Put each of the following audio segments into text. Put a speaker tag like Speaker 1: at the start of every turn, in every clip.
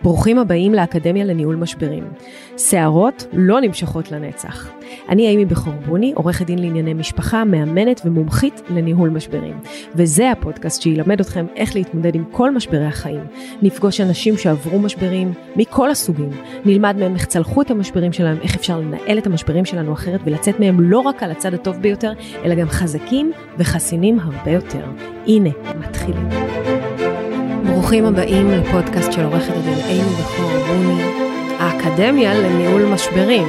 Speaker 1: ברוכים הבאים לאקדמיה לניהול משברים. שערות לא נמשכות לנצח. אני אימי בחורבוני, עורכת דין לענייני משפחה, מאמנת ומומחית לניהול משברים. וזה הפודקאסט שילמד אתכם איך להתמודד עם כל משברי החיים. נפגוש אנשים שעברו משברים מכל הסוגים. נלמד מהם איך צלחו את המשברים שלהם, איך אפשר לנהל את המשברים שלנו אחרת ולצאת מהם לא רק על הצד הטוב ביותר, אלא גם חזקים וחסינים הרבה יותר. הנה, מתחילים. ברוכים הבאים לפודקאסט של עורכת הדין אימי בחורבוני, האקדמיה לניהול משברים.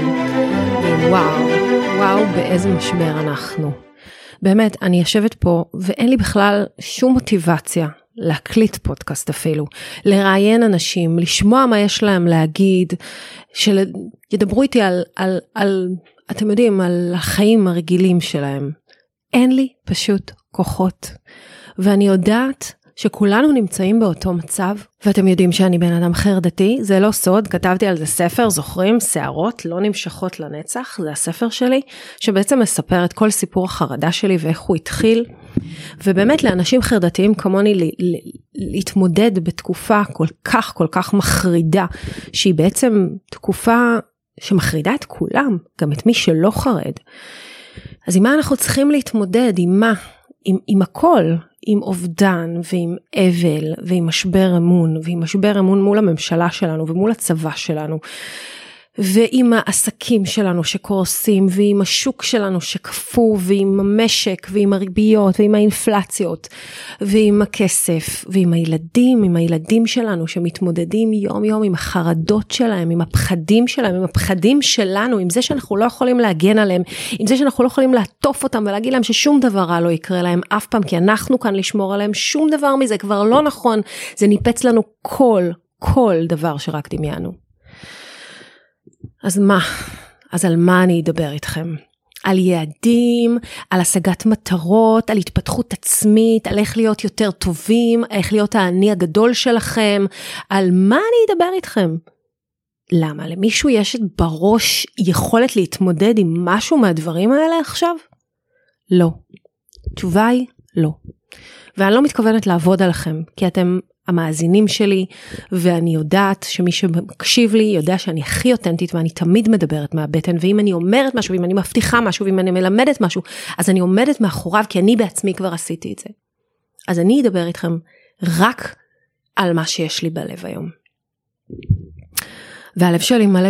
Speaker 1: וואו, באיזה משבר אנחנו. באמת, אני יושבת פה ואין לי בכלל שום מוטיבציה להקליט פודקאסט אפילו, לראיין אנשים, לשמוע מה יש להם להגיד, שידברו איתי על אתם יודעים, על החיים הרגילים שלהם. אין לי פשוט כוחות. ואני יודעת שכולנו נמצאים באותו מצב, ואתם יודעים שאני בן אדם חרדתי, זה לא סוד, כתבתי על זה ספר, זוכרים, שערות לא נמשכות לנצח, זה הספר שלי, שבעצם מספר את כל סיפור החרדה שלי ואיך הוא התחיל, ובאמת לאנשים חרדתיים כמוני להתמודד בתקופה כל כך מחרידה, שהיא בעצם תקופה שמחרידה את כולם, גם את מי שלא חרד. אז עם מה אנחנו צריכים להתמודד? עם מה? עם הכל, עם אובדן ועם אבל ועם משבר אמון, ועם משבר אמון מול הממשלה שלנו ומול הצבא שלנו, ועם העסקים שלנו שקורסים, ועם השוק שלנו שקפוא, ועם המשק, ועם הריביות, ועם האינפלציות, ועם הכסף, ועם הילדים שלנו שמתמודדים יום יום עם החרדות שלהם, עם הפחדים שלהם, עם הפחדים שלנו, עם זה שאנחנו לא יכולים להגן עליהם, עם זה שאנחנו לא יכולים לעטוף אותם ולהגיד להם ששום דבר רע לא יקרה להם אף פעם, כי אנחנו כאן לשמור עליהם, שום דבר מזה כבר לא נכון, זה ניפץ לנו כל דבר שרק דמיינו. אז מה? אז על מה אני אדבר איתכם? על יעדים, על השגת מטרות, על התפתחות עצמית, על איך להיות יותר טובים, איך להיות האני הגדול שלכם, על מה אני אדבר איתכם? למה? למישהו יש בראש יכולת להתמודד עם משהו מהדברים האלה עכשיו? לא. תשובה היא לא. ואני לא מתכוונת לעבוד עליכם, כי אתם המאזינים שלי, ואני יודעת שמי שמקשיב לי יודע שאני הכי אותנטית, ואני תמיד מדברת מהבטן, ואם אני אומרת משהו, ואם אני מבטיחה משהו, ואם אני מלמדת משהו, אז אני עומדת מאחוריו, כי אני בעצמי כבר עשיתי את זה. אז אני אדבר איתכם רק על מה שיש לי בלב היום. והלב שלי מלא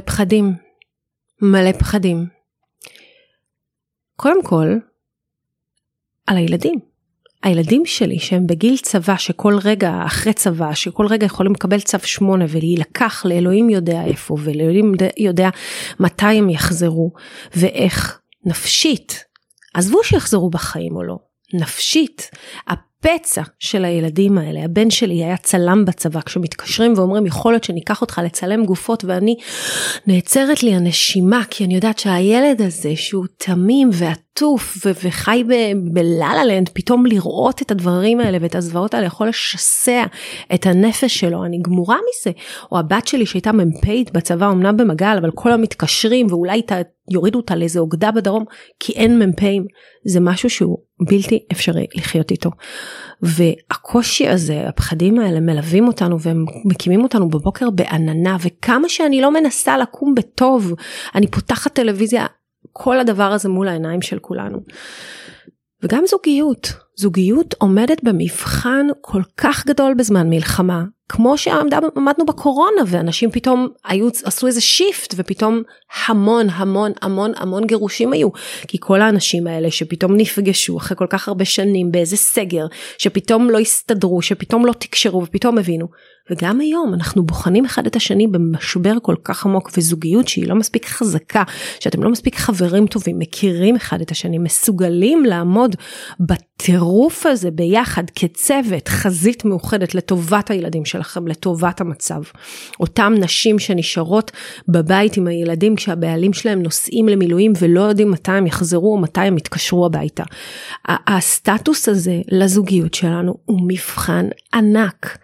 Speaker 1: פחדים. קודם כל, על הילדים שלי שהם בגיל צבא, שכל רגע אחרי צבא, שכל רגע יכולים לקבל צו 8 ולהילקח לאלוהים יודע איפה, ולאלוהים יודע מתי הם יחזרו, ואיך נפשית, עזבו שיחזרו בחיים או לא, נפשית, הפצע של הילדים האלה, הבן שלי היה צלם בצבא, כשמתקשרים ואומרים, יכול להיות שניקח אותך לצלם גופות, ואני נעצרת לי הנשימה, כי אני יודעת שהילד הזה, שהוא תמים ועטוף, וחי בללה-לנד, פתאום לראות את הדברים האלה, ואת הזוועות האלה, יכול לשסע את הנפש שלו, אני גמורה מזה, או הבת שלי שהייתה ממפית בצבא, אמנם במגל, אבל כל המתקשרים, ואולי יורידו אותה לאיזה אוגדה בדרום, כי אין ממפאים, זה משהו שהוא בלתי אפשרי לחיות איתו. והקושי הזה, הפחדים האלה מלווים אותנו, והם מקימים אותנו בבוקר בעננה, וכמה שאני לא מנסה לקום בטוב, אני פותחת טלוויזיה, כל הדבר הזה מול העיניים של כולנו. וגם זוגיות עומדת במבחן כל כך גדול בזמן מלחמה, כמו שעמדנו בקורונה, ואנשים פתאום עשו איזה שיפט, ופתאום המון גירושים היו, כי כל האנשים האלה שפתאום נפגשו אחרי כל כך הרבה שנים באיזה סגר, שפתאום לא הסתדרו, שפתאום לא תקשרו, ופתאום הבינו. וגם היום אנחנו בוחנים אחד את השני במשבר כל כך עמוק, וזוגיות שהיא לא מספיק חזקה, שאתם לא מספיק חברים טובים, מכירים אחד את השני, מסוגלים לעמוד בטירוף הזה ביחד כצוות, חזית מאוחדת לטובת הילדים שלכם, לטובת המצב. אותם נשים שנשארות בבית עם הילדים, כשהבעלים שלהם נוסעים למילואים, ולא יודעים מתי הם יחזרו, או מתי הם יתקשרו הביתה. הסטטוס הזה לזוגיות שלנו, הוא מבחן ענק.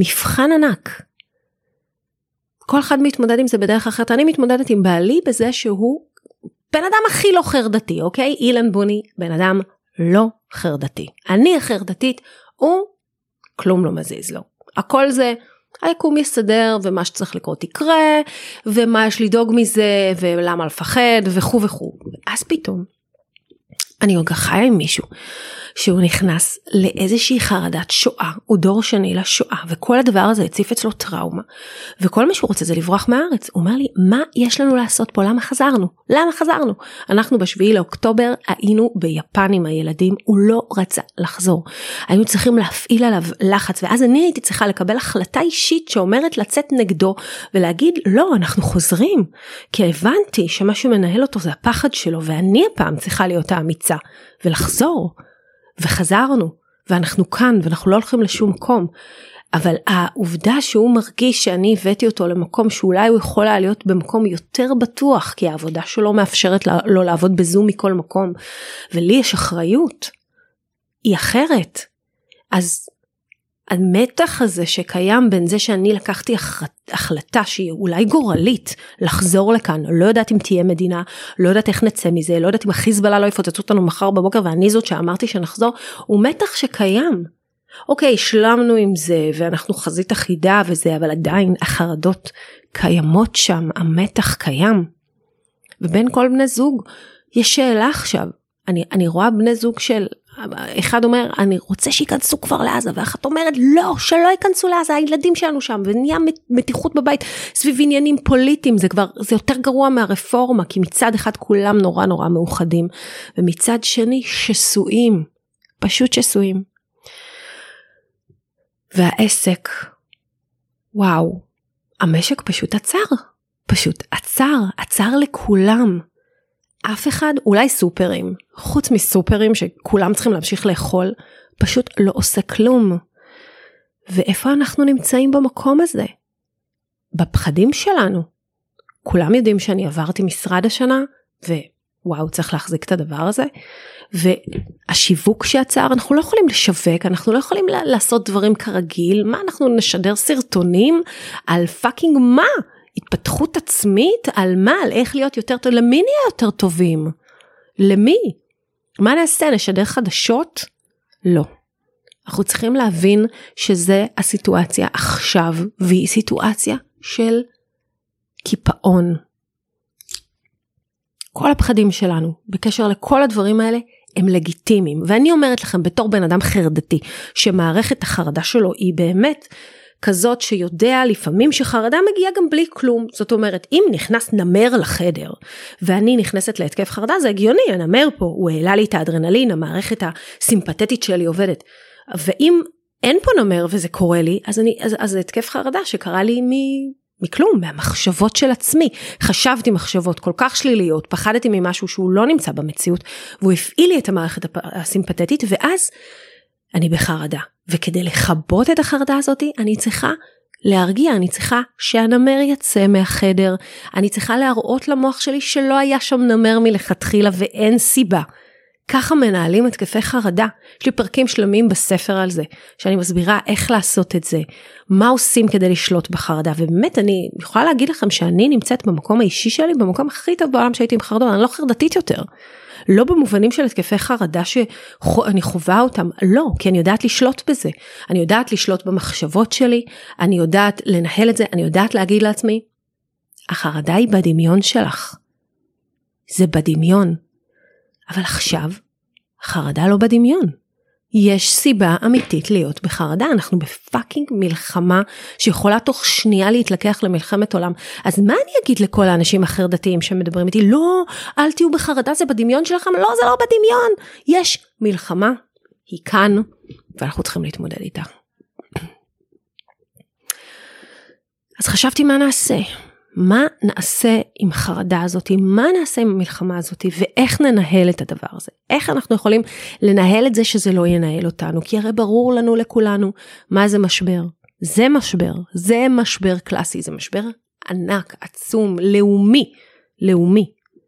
Speaker 1: כל אחד מתמודד עם זה בדרך אחרת. אני מתמודדת עם בעלי בזה שהוא בן אדם הכי לא חרדתי, אוקיי? אילן בוני, בן אדם לא חרדתי. אני החרדתית, הוא כלום לא מזיז לו. הכל זה היקום יסדר, ומה שצריך לקרות יקרה, ומה יש לדאוג מזה, ולמה לפחד, וכו' וכו'. ואז פתאום, אני עוד חיה עם מישהו, שהוא נכנס לאיזושהי חרדת שואה, הוא דור שני לשואה, וכל הדבר הזה הציף אצלו טראומה, וכל מה שהוא רוצה זה לברוח מהארץ. הוא אומר לי, מה יש לנו לעשות פה? למה חזרנו? למה חזרנו? אנחנו ב7 לאוקטובר היינו ביפן עם הילדים, הוא לא רצה לחזור. היינו צריכים להפעיל עליו לחץ, ואז אני הייתי צריכה לקבל החלטה אישית שאומרת לצאת נגדו, ולהגיד, לא, אנחנו חוזרים, כי הבנתי שמשהו מנהל אותו זה הפחד שלו, ואני הפעם צריכה להיות האמיצה, ולחזור. וחזרנו, ואנחנו כאן, ואנחנו לא הולכים לשום מקום, אבל העובדה שהוא מרגיש שאני הבאתי אותו למקום שאולי הוא יכול להיות במקום יותר בטוח, כי העבודה שלו מאפשרת לו לעבוד בזום מכל מקום, ולי יש אחריות, היא אחרת. אז המתח הזה שקיים בין זה שאני לקחתי החלטה שהיא אולי גורלית לחזור לכאן, לא יודעת אם תהיה מדינה, לא יודעת איך נצא מזה, לא יודעת אם החיזבאללה לא יפוצצו אותנו מחר בבוקר, ואני זאת שאמרתי שנחזור, הוא מתח שקיים. אוקיי, השלמנו עם זה, ואנחנו חזית אחידה וזה, אבל עדיין החרדות קיימות שם, המתח קיים. ובין כל בני זוג, יש שאלה עכשיו, אני רואה בני זוג של, אחד אומר, אני רוצה שיכנסו כבר לעזה, ואחת אומרת, לא, שלא ייכנסו לעזה, הילדים שלנו שם, ונהיה מתיחות בבית, סביב עניינים פוליטיים, זה יותר גרוע מהרפורמה, כי מצד אחד כולם נורא נורא מאוחדים, ומצד שני שסועים, פשוט שסועים. והעסק, וואו, המשק פשוט עצר לכולם, אף אחד, אולי סופרים, חוץ מסופרים שכולם צריכים להמשיך לאכול, פשוט לא עושה כלום. ואיפה אנחנו נמצאים במקום הזה? בפחדים שלנו. כולם יודעים שאני עברתי משרד השנה, ווואו, צריך להחזיק את הדבר הזה. והשיווק שעצר, אנחנו לא יכולים לשווק, אנחנו לא יכולים לעשות דברים כרגיל. מה, אנחנו נשדר סרטונים על פאקינג מה? התפתחות עצמית על מה? על איך להיות יותר טוב? למי נהיה יותר טובים? למי? מה נעשה? נשדר חדשות? לא. אנחנו צריכים להבין שזה הסיטואציה עכשיו, והיא סיטואציה של קיפאון. כל הפחדים שלנו, בקשר לכל הדברים האלה, הם לגיטימיים. ואני אומרת לכם, בתור בן אדם חרדתי, שמערכת החרדה שלו היא באמת כזאת שיודע לפעמים שחרדה מגיעה גם בלי כלום. זאת אומרת, אם נכנס נמר לחדר, ואני נכנסת להתקף חרדה, זה הגיוני, הנמר פה, הוא העלה לי את האדרנלין, המערכת הסימפתטית שלי עובדת. ואם אין פה נמר וזה קורה לי, אז זה התקף חרדה שקרה לי מכלום, מהמחשבות של עצמי. חשבתי מחשבות כל כך שליליות, פחדתי ממשהו שהוא לא נמצא במציאות, והוא הפעיל לי את המערכת הסימפתטית, ואז אני בחרדה. וכדי לחבות את החרדה הזאת, אני צריכה להרגיע, אני צריכה שהנמר יצא מהחדר, אני צריכה להראות למוח שלי שלא היה שם נמר מלכתחילה ואין סיבה. ככה מנהלים התקפי חרדה. יש לי פרקים שלמים בספר על זה, שאני מסבירה איך לעשות את זה, מה עושים כדי לשלוט בחרדה, ובאמת אני יכולה להגיד לכם שאני נמצאת במקום האישי שלי, במקום הכי טוב בעולם שהייתי עם חרדות, אני לא חרדתית יותר. לא במובנים של התקפי חרדה שאני חווה אותם, לא, כי אני יודעת לשלוט בזה, אני יודעת לשלוט במחשבות שלי, אני יודעת לנהל את זה, אני יודעת להגיד לעצמי, החרדה היא בדמיון שלך, זה בדמיון, אבל עכשיו, חרדה לא בדמיון, יש סיבה אמיתית להיות בחרדה, אנחנו בפאקינג מלחמה שיכולה תוך שנייה להתלקח למלחמת עולם, אז מה אני אגיד לכל האנשים החרדתיים שמדברים איתי, לא, אל תהיו בחרדה, זה בדמיון שלכם, לא, זה לא בדמיון, יש מלחמה, היא כאן, ואנחנו צריכים להתמודד איתה. אז חשבתי מה נעשה, מה נעשה עם חרדה הזאת, מה נעשה עם המלחמה הזאת, ואיך ננהל את הדבר הזה, איך אנחנו יכולים לנהל את זה שזה לא ינהל אותנו, כי הרי ברור לנו לכולנו, מה זה משבר, זה משבר קלאסי, זה משבר ענק, עצום, לאומי,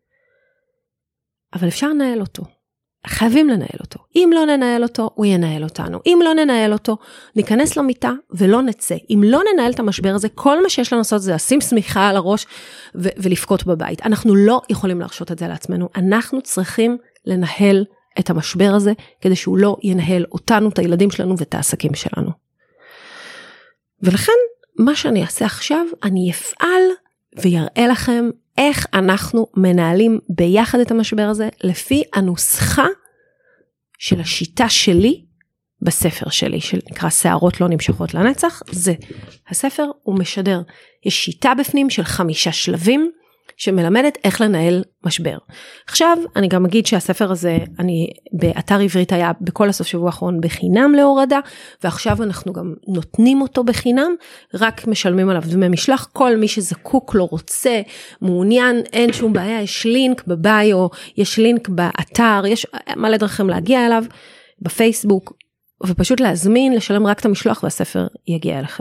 Speaker 1: אבל אפשר לנהל אותו, חייבים לנהל אותו, אם לא ננהל אותו, הוא ינהל אותנו, אם לא ננהל אותו, ניכנס למיטה ולא נצא, אם לא ננהל את המשבר הזה, כל מה שיש לנו לעשות זה לשים סמיכה על הראש ולפקוט בבית, אנחנו לא יכולים להרשות את זה לעצמנו, אנחנו צריכים לנהל את המשבר הזה, כדי שהוא לא ינהל אותנו, את הילדים שלנו ואת העסקים שלנו. ולכן מה שאני אעשה עכשיו, אני אפעל ויראה לכם איך אנחנו מנהלים ביחד את המשבר הזה, לפי הנוסחה של השיטה שלי, בספר שלי, שנקרא שערות לא נמשכות לנצח, זה הספר הוא משדר, יש שיטה בפנים של 5 שלבים, שמלמדת איך לנהל משבר. עכשיו, אני גם אגיד שהספר הזה, אני באתר עברית היה בכל הסוף שבוע האחרון בחינם להורדה, ועכשיו אנחנו גם נותנים אותו בחינם, רק משלמים עליו דמי משלח, כל מי שזקוק לו, רוצה, מעוניין, אין שום בעיה, יש לינק בביו, יש לינק באתר, יש מלא דרכים להגיע אליו, בפייסבוק, ופשוט להזמין, לשלם רק את המשלוח, והספר יגיע אליכם.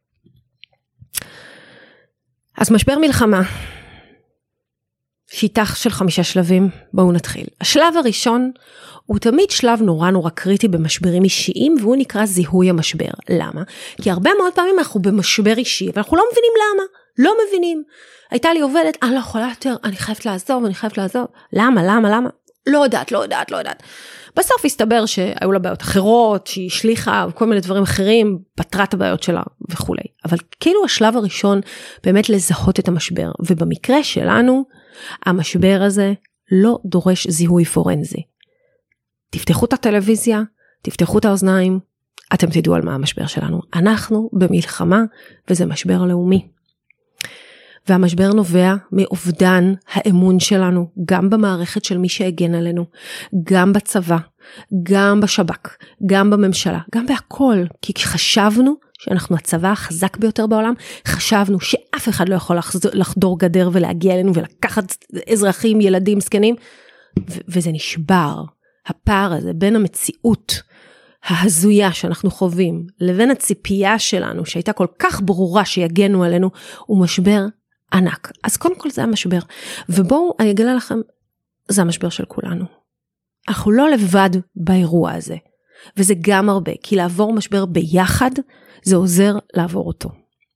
Speaker 1: אז משבר מלחמה, שיטה של 5 שלבים, בואו נתחיל. השלב הראשון הוא תמיד שלב נורא נורא קריטי במשברים אישיים, והוא נקרא זיהוי המשבר. למה? כי הרבה מאוד פעמים אנחנו במשבר אישי, ואנחנו לא מבינים למה. לא מבינים. הייתה לי עובדת, אני לא יכולה יותר, אני חייבת לעזוב. למה? לא יודעת. בסוף הסתבר שהיו לה בעיות אחרות, שהיא השליחה, וכל מיני דברים אחרים, פתרה את הבעיות שלה וכו'. אבל כאילו השלב הראשון, באמת לזהות את המשבר. ובמקרה שלנו, המשבר הזה לא דורש זיהוי פורנזי. תפתחו את הטלוויזיה, תפתחו את האוזניים, אתם תדעו על מה המשבר שלנו. אנחנו במלחמה, וזה משבר לאומי. והמשבר נובע מאובדן האמון שלנו, גם במערכת של מי שהגן עלינו, גם בצבא, גם בשב"כ, גם בממשלה, גם בהכל, כי חשבנו שאנחנו הצבא החזק ביותר בעולם, חשבנו שאף אחד לא יכול לחדור גדר ולהגיע אלינו ולקחת אזרחים, ילדים, זקנים, וזה נשבר. הפער הזה בין המציאות ההזויה שאנחנו חווים, לבין הציפייה שלנו, שהייתה כל כך ברורה שיגנו עלינו, הוא משבר ענק. אז קודם כל זה המשבר. ובואו אני אגלה לכם, זה המשבר של כולנו. אנחנו לא לבד באירוע הזה. וזה גם הרבה, כי לעבור משבר ביחד, זה עוזר לעבור אותו.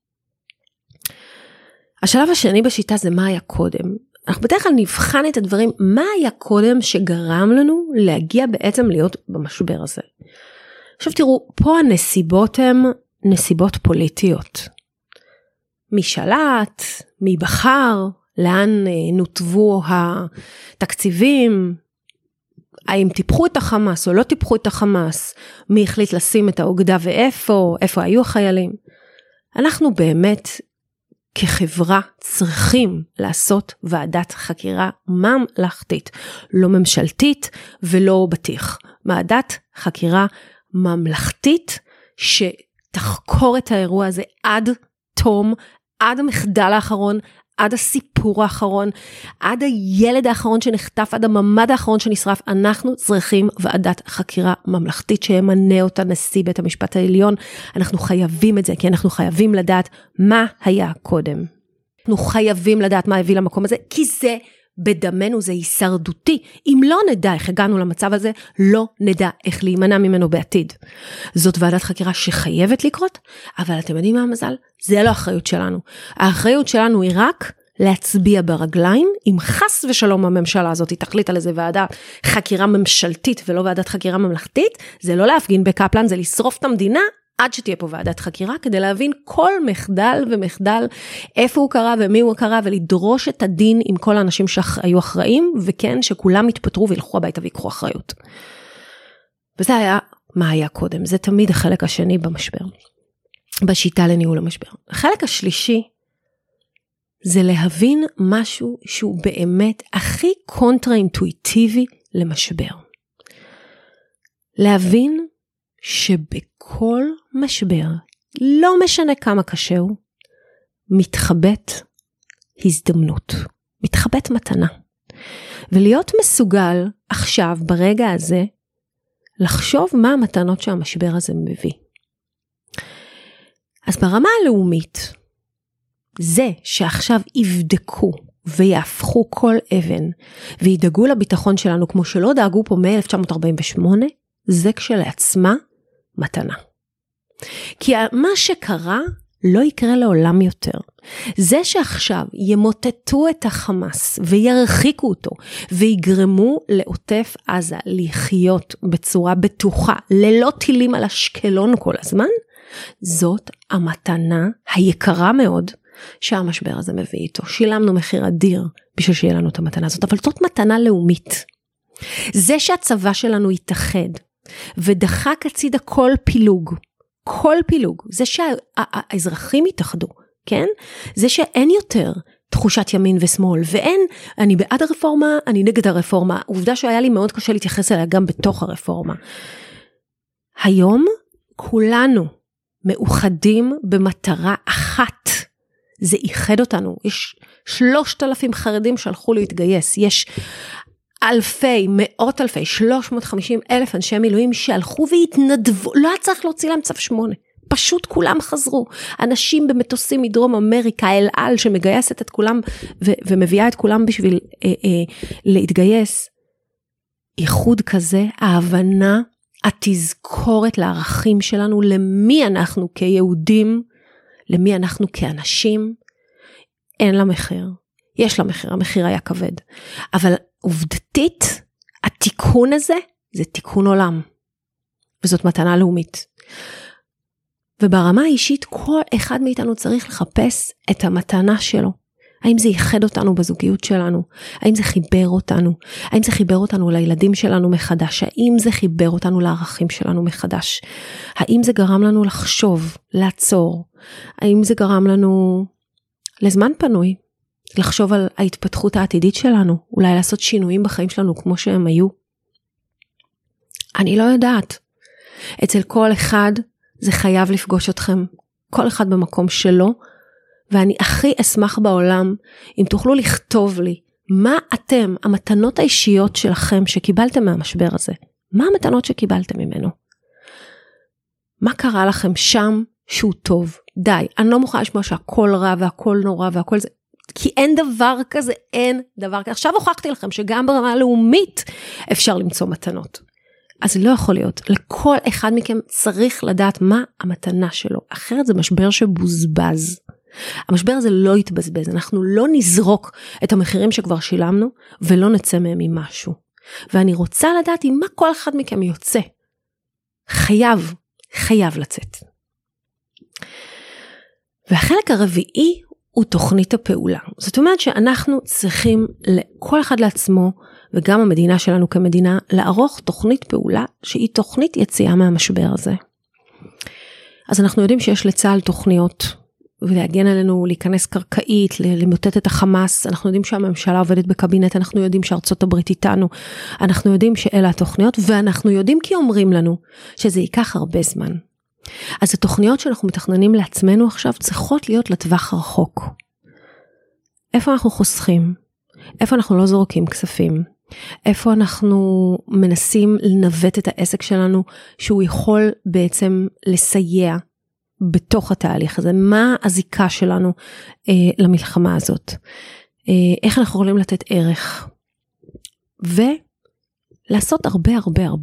Speaker 1: השלב השני בשיטה זה מה היה קודם. אנחנו בדרך כלל נבחן את הדברים, מה היה קודם שגרם לנו להגיע בעצם להיות במשבר הזה. עכשיו תראו, פה הנסיבות הן נסיבות פוליטיות. מי שלט, מי בחר, לאן נותבו התקציבים, האם טיפחו את החמאס או לא טיפחו את החמאס, מי החליט לשים את האוגדה ואיפה, איפה היו החיילים. אנחנו באמת כחברה צריכים לעשות ועדת חקירה ממלכתית, לא ממשלתית ולא בטיח. ועדת חקירה ממלכתית שתחקור את האירוע הזה עד תום, עד המחדל האחרון, עד הסיפור האחרון, עד הילד האחרון שנחטף, עד הממד האחרון שנשרף. אנחנו צריכים ועדת חקירה ממלכתית שימנה אותה נשיא בית המשפט העליון. אנחנו חייבים את זה, כי אנחנו חייבים לדעת מה היה קודם. אנחנו חייבים לדעת מה הביא למקום הזה, כי זה בדמנו, זה הישרדותי. אם לא נדע איך הגענו למצב הזה, לא נדע איך להימנע ממנו בעתיד. זאת ועדת חקירה שחייבת לקרות, אבל אתם יודעים מה המזל? זה לא אחריות שלנו. האחריות שלנו היא רק להצביע ברגליים, אם חס ושלום הממשלה הזאת תחליט על איזה ועדה חקירה ממשלתית ולא ועדת חקירה ממלכתית, זה לא להפגין בקפלן, זה לשרוף את המדינה, עד שתהיה פה ועדת חקירה, כדי להבין כל מחדל ומחדל, איפה הוא קרה ומי הוא קרה, ולדרוש את הדין עם כל האנשים שהיו אחראים, וכן, שכולם יתפטרו וילכו הביתה ויקחו אחריות. וזה היה מה היה קודם, זה תמיד החלק השני במשבר, בשיטה לניהול המשבר. החלק השלישי, זה להבין משהו שהוא באמת הכי קונטרה-אינטואיטיבי למשבר. להבין שבכל משבר, לא משנה כמה קשה הוא, מתחבאת הזדמנות, מתחבאת מתנה. ולהיות מסוגל עכשיו, ברגע הזה, לחשוב מה המתנות שהמשבר הזה מביא. אז ברמה הלאומית, זה שעכשיו יבדקו ויהפכו כל אבן, וידאגו לביטחון שלנו כמו שלא דאגו פה מ-1948, זה כשלעצמה מתנה. כי מה שקרה לא יקרה לעולם יותר. זה שעכשיו ימוטטו את החמאס וירחיקו אותו ויגרמו לעוטף עזה לחיות בצורה בטוחה, ללא טילים על אשקלון כל הזמן, זאת המתנה היקרה מאוד שהמשבר הזה מביא איתו. שילמנו מחיר אדיר בשביל שיהיה לנו את המתנה הזאת, אבל זאת מתנה לאומית. זה שהצבא שלנו יתאחד, ודחק הצידה כל פילוג, זה שהאזרחים יתאחדו, כן? זה שאין יותר תחושת ימין ושמאל, ואין, אני בעד הרפורמה, אני נגד הרפורמה, עובדה שהיה לי מאוד קשה להתייחס אליה גם בתוך הרפורמה. היום כולנו מאוחדים במטרה אחת, זה איחד אותנו, יש 3,000 חרדים שהלכו להתגייס, יש אלפי, מאות אלפי, 350,000 אנשי מילואים שהלכו והתנדבו, לא צריך להוציא להם צו 8, פשוט כולם חזרו, אנשים במטוסים מדרום אמריקה, אל על שמגייסת את כולם, ומביאה את כולם בשביל להתגייס, איחוד כזה, ההבנה, התזכורת לערכים שלנו, למי אנחנו כיהודים, למי אנחנו כאנשים, אין לה מחיר, יש לה מחיר, המחיר היה כבד, אבל עובדתית, התיקון הזה, זה תיקון עולם, וזאת מתנה לאומית, וברמה האישית, כל אחד מאיתנו צריך לחפש את המתנה שלו, האם זה ייחד אותנו בזוגיות שלנו, האם זה חיבר אותנו, האם זה חיבר אותנו לילדים שלנו מחדש, האם זה חיבר אותנו לערכים שלנו מחדש, האם זה גרם לנו לחשוב, לעצור, האם זה גרם לנו לזמן פנוי, לחשוב על ההתפתחות העתידית שלנו, אולי לעשות שינויים בחיים שלנו כמו שהם היו. אני לא יודעת. אצל כל אחד זה חייב לפגוש אתכם, כל אחד במקום שלו, ואני הכי אשמח בעולם אם תוכלו לכתוב לי, מה אתם, המתנות האישיות שלכם שקיבלתם מהמשבר הזה, מה המתנות שקיבלתם ממנו? מה קרה לכם שם שהוא טוב? די, אני לא מוכנה לשמוע שהכל רע והכל נורא והכל זה, כי אין דבר כזה, אין דבר כזה. עכשיו הוכחתי לכם שגם ברמה הלאומית אפשר למצוא מתנות. אז לא יכול להיות. לכל אחד מכם צריך לדעת מה המתנה שלו. אחרת זה משבר שבוזבז. המשבר הזה לא יתבזבז. אנחנו לא נזרוק את המחירים שכבר שילמנו, ולא נצא מהם עם משהו. ואני רוצה לדעת עם מה כל אחד מכם יוצא. חייב לצאת. והחלק הרביעי הוא תוכנית הפעולה. זאת אומרת שאנחנו צריכים לכל אחד לעצמו, וגם המדינה שלנו כמדינה, לערוך תוכנית פעולה, שהיא תוכנית יציאה מהמשבר הזה. אז אנחנו יודעים שיש לצה"ל תוכניות, ולהגן עלינו, להיכנס קרקעית, למוטט את החמאס, אנחנו יודעים שהממשלה עובדת בקבינט, אנחנו יודעים שארצות הברית איתנו, אנחנו יודעים שאלה התוכניות, ואנחנו יודעים כי אומרים לנו, שזה ייקח הרבה זמן. אז התוכניות שאנחנו מתכננים לעצמנו עכשיו, צריכות להיות לטווח רחוק. איפה אנחנו חוסכים? איפה אנחנו לא זורקים כספים? איפה אנחנו מנסים לנווט את העסק שלנו, שהוא יכול בעצם לסייע בתוך התהליך הזה? מה הזיקה שלנו למלחמה הזאת? איך אנחנו יכולים לתת ערך? ולעשות הרבה,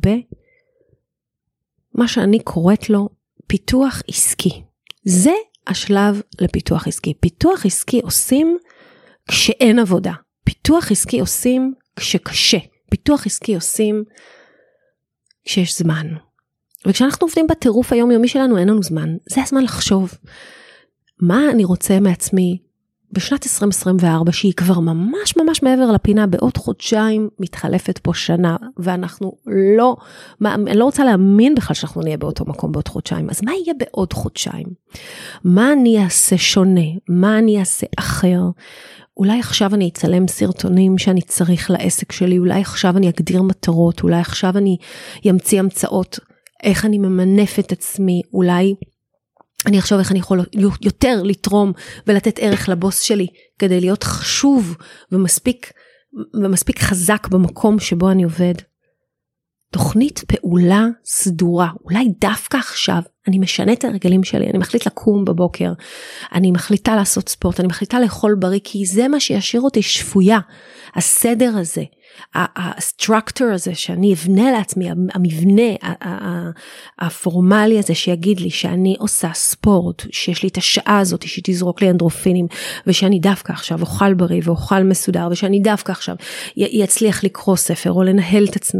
Speaker 1: מה שאני קוראת לו, פיתוח עסקי. זה השלב לפיתוח עסקי. פיתוח עסקי עושים כשאין עבודה. פיתוח עסקי עושים כשקשה. פיתוח עסקי עושים כשיש זמן. וכשאנחנו עובדים בטירוף היומיומי שלנו, אין לנו זמן. זה הזמן לחשוב. מה אני רוצה מעצמי בשנת 2024, שהיא כבר ממש מעבר לפינה, בעוד חודשיים מתחלפת פה שנה, ואנחנו אני לא רוצה להאמין בכלל שאנחנו נהיה באותו מקום בעוד חודשיים. אז מה יהיה בעוד חודשיים? מה אני אעשה שונה? מה אני אעשה אחר? אולי עכשיו אני אצלם סרטונים שאני צריך לעסק שלי, אולי עכשיו אני אגדיר מטרות, אולי עכשיו אני אמציא המצאות, איך אני ממנף את עצמי, אולי אני אחשוב איך אני יכול יותר לתרום ולתת ערך לבוס שלי, כדי להיות חשוב ומספיק חזק במקום שבו אני עובד. תוכנית פעולה סדורה, אולי דווקא עכשיו, אני משנה את הרגלים שלי, אני מחליט לקום בבוקר, אני מחליטה לעשות ספורט, אני מחליטה לאכול בריא, כי זה מה שישאיר אותי שפויה, הסדר הזה, הסטרקטור הזה שאני אבנה לעצמי, המבנה הפורמלי הזה שיגיד לי שאני עושה ספורט, שיש לי את השעה הזאת שתזרוק לי אנדרופינים, ושאני דווקא עכשיו אוכל בריא ואוכל מסודר, ושאני דווקא עכשיו יצליח לקרוא ספר או לנהל את עצמי.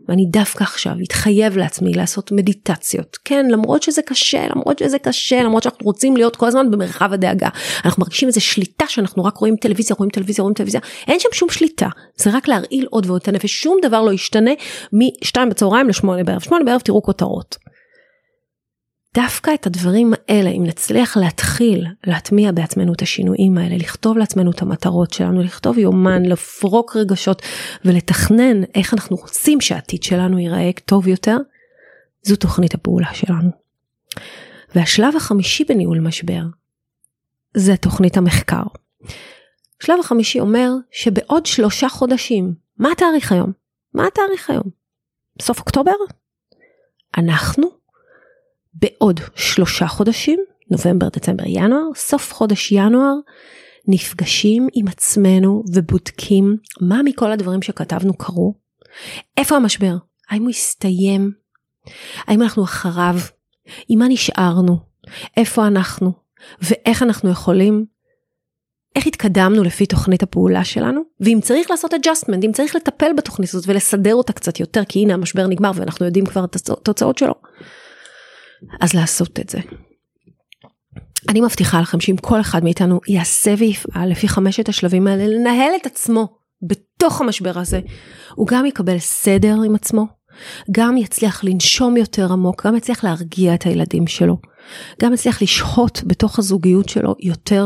Speaker 1: ואני דווקא עכשיו אתחייב לעצמי לעשות מדיטציות, כן, למרות שזה קשה, למרות שאנחנו רוצים להיות כל הזמן במרחב הדאגה, אנחנו מרגישים איזו שליטה שאנחנו רק רואים טלוויזיה, אין שם שום שליטה, זה רק להרעיל עוד ועוד את הנפש, שום דבר לא ישתנה מ-2 בצהריים ל-8 בערב, 8 בערב תראו כותרות. דווקא את הדברים האלה, אם נצליח להתחיל להטמיע בעצמנו את השינויים האלה, לכתוב לעצמנו את המטרות שלנו, לכתוב יומן, לפרוק רגשות ולתכנן איך אנחנו רוצים שהעתיד שלנו ייראה טוב יותר, זו תוכנית הפעולה שלנו. והשלב החמישי בניהול משבר, זה תוכנית המחקר. השלב החמישי אומר שבעוד 3 חודשים, מה התאריך היום? סוף אוקטובר? אנחנו בעוד 3 חודשים, נובמבר, דצמבר, ינואר, סוף חודש ינואר, נפגשים עם עצמנו ובודקים מה מכל הדברים שכתבנו קרו, איפה המשבר, האם הוא הסתיים, האם אנחנו אחריו, עם מה נשארנו, איפה אנחנו, ואיך אנחנו יכולים, איך התקדמנו לפי תוכנית הפעולה שלנו, ואם צריך לעשות adjustment, אם צריך לטפל בתוכנית הזאת ולסדר אותה קצת יותר, כי הנה המשבר נגמר ואנחנו יודעים כבר את התוצאות שלו, אז לעשות את זה. אני מבטיחה לכם שאם כל אחד מאיתנו יעשה ויפעל לפי 5 השלבים האלה, לנהל את עצמו בתוך המשבר הזה, הוא גם יקבל סדר עם עצמו, גם יצליח לנשום יותר עמוק, גם יצליח להרגיע את הילדים שלו, גם יצליח לשהות בתוך הזוגיות שלו יותר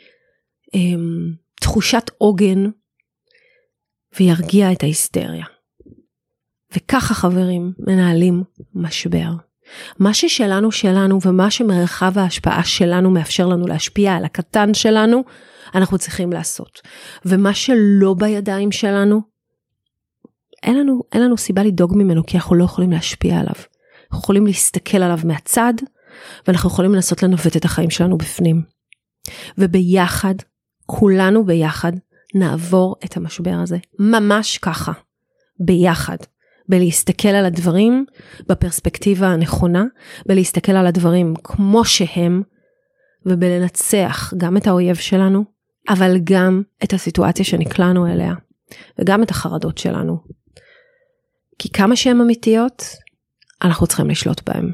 Speaker 1: בתחושת עוגן, וירגיע את ההיסטריה. וככה חברים מנהלים משבר. מה ששלנו ומה שמרחב ההשפעה שלנו מאפשר לנו להשפיע על הקטן שלנו, אנחנו צריכים לעשות. ומה שלא בידיים שלנו, אין לנו סיבה לדאוג ממנו, כי אנחנו לא יכולים להשפיע עליו. אנחנו יכולים להסתכל עליו מהצד, ואנחנו יכולים לנסות לנווט את החיים שלנו בפנים. וביחד, כולנו ביחד, נעבור את המשבר הזה. ממש ככה. ביחד. בלהסתכל על הדברים בפרספקטיבה הנכונה, בלהסתכל על הדברים כמו שהם, ובלנצח גם את האויב שלנו, אבל גם את הסיטואציה שנקלענו אליה, וגם את החרדות שלנו. כי כמה שהן אמיתיות, אנחנו צריכים לשלוט בהן.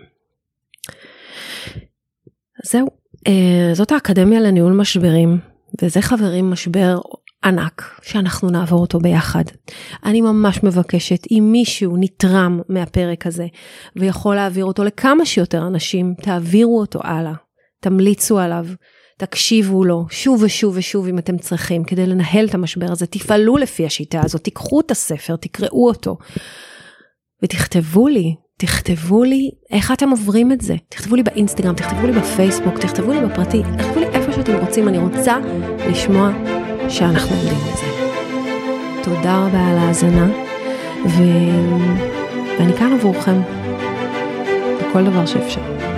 Speaker 1: זהו, זאת האקדמיה לניהול משברים, וזה חברים משבר ענק, שאנחנו נעבור אותו ביחד. אני ממש מבקשת, אם מישהו נתרם מהפרק הזה, ויכול להעביר אותו לכמה שיותר אנשים, תעבירו אותו הלאה, תמליצו עליו, תקשיבו לו, שוב ושוב ושוב אם אתם צריכים, כדי לנהל את המשבר הזה, תפעלו לפי השיטה הזאת, תיקחו את הספר, תקראו אותו, ותכתבו לי איך אתם עוברים את זה, תכתבו לי באינסטגרם, תכתבו לי בפייסבוק, תכתבו לי בפרטי, תכתבו לי איפה שאתם רוצים, אני רוצה לשמוע שאנחנו עומדים בזה. תודה רבה על ההאזנה, ואני כאן עבורכם, בכל דבר שאפשר.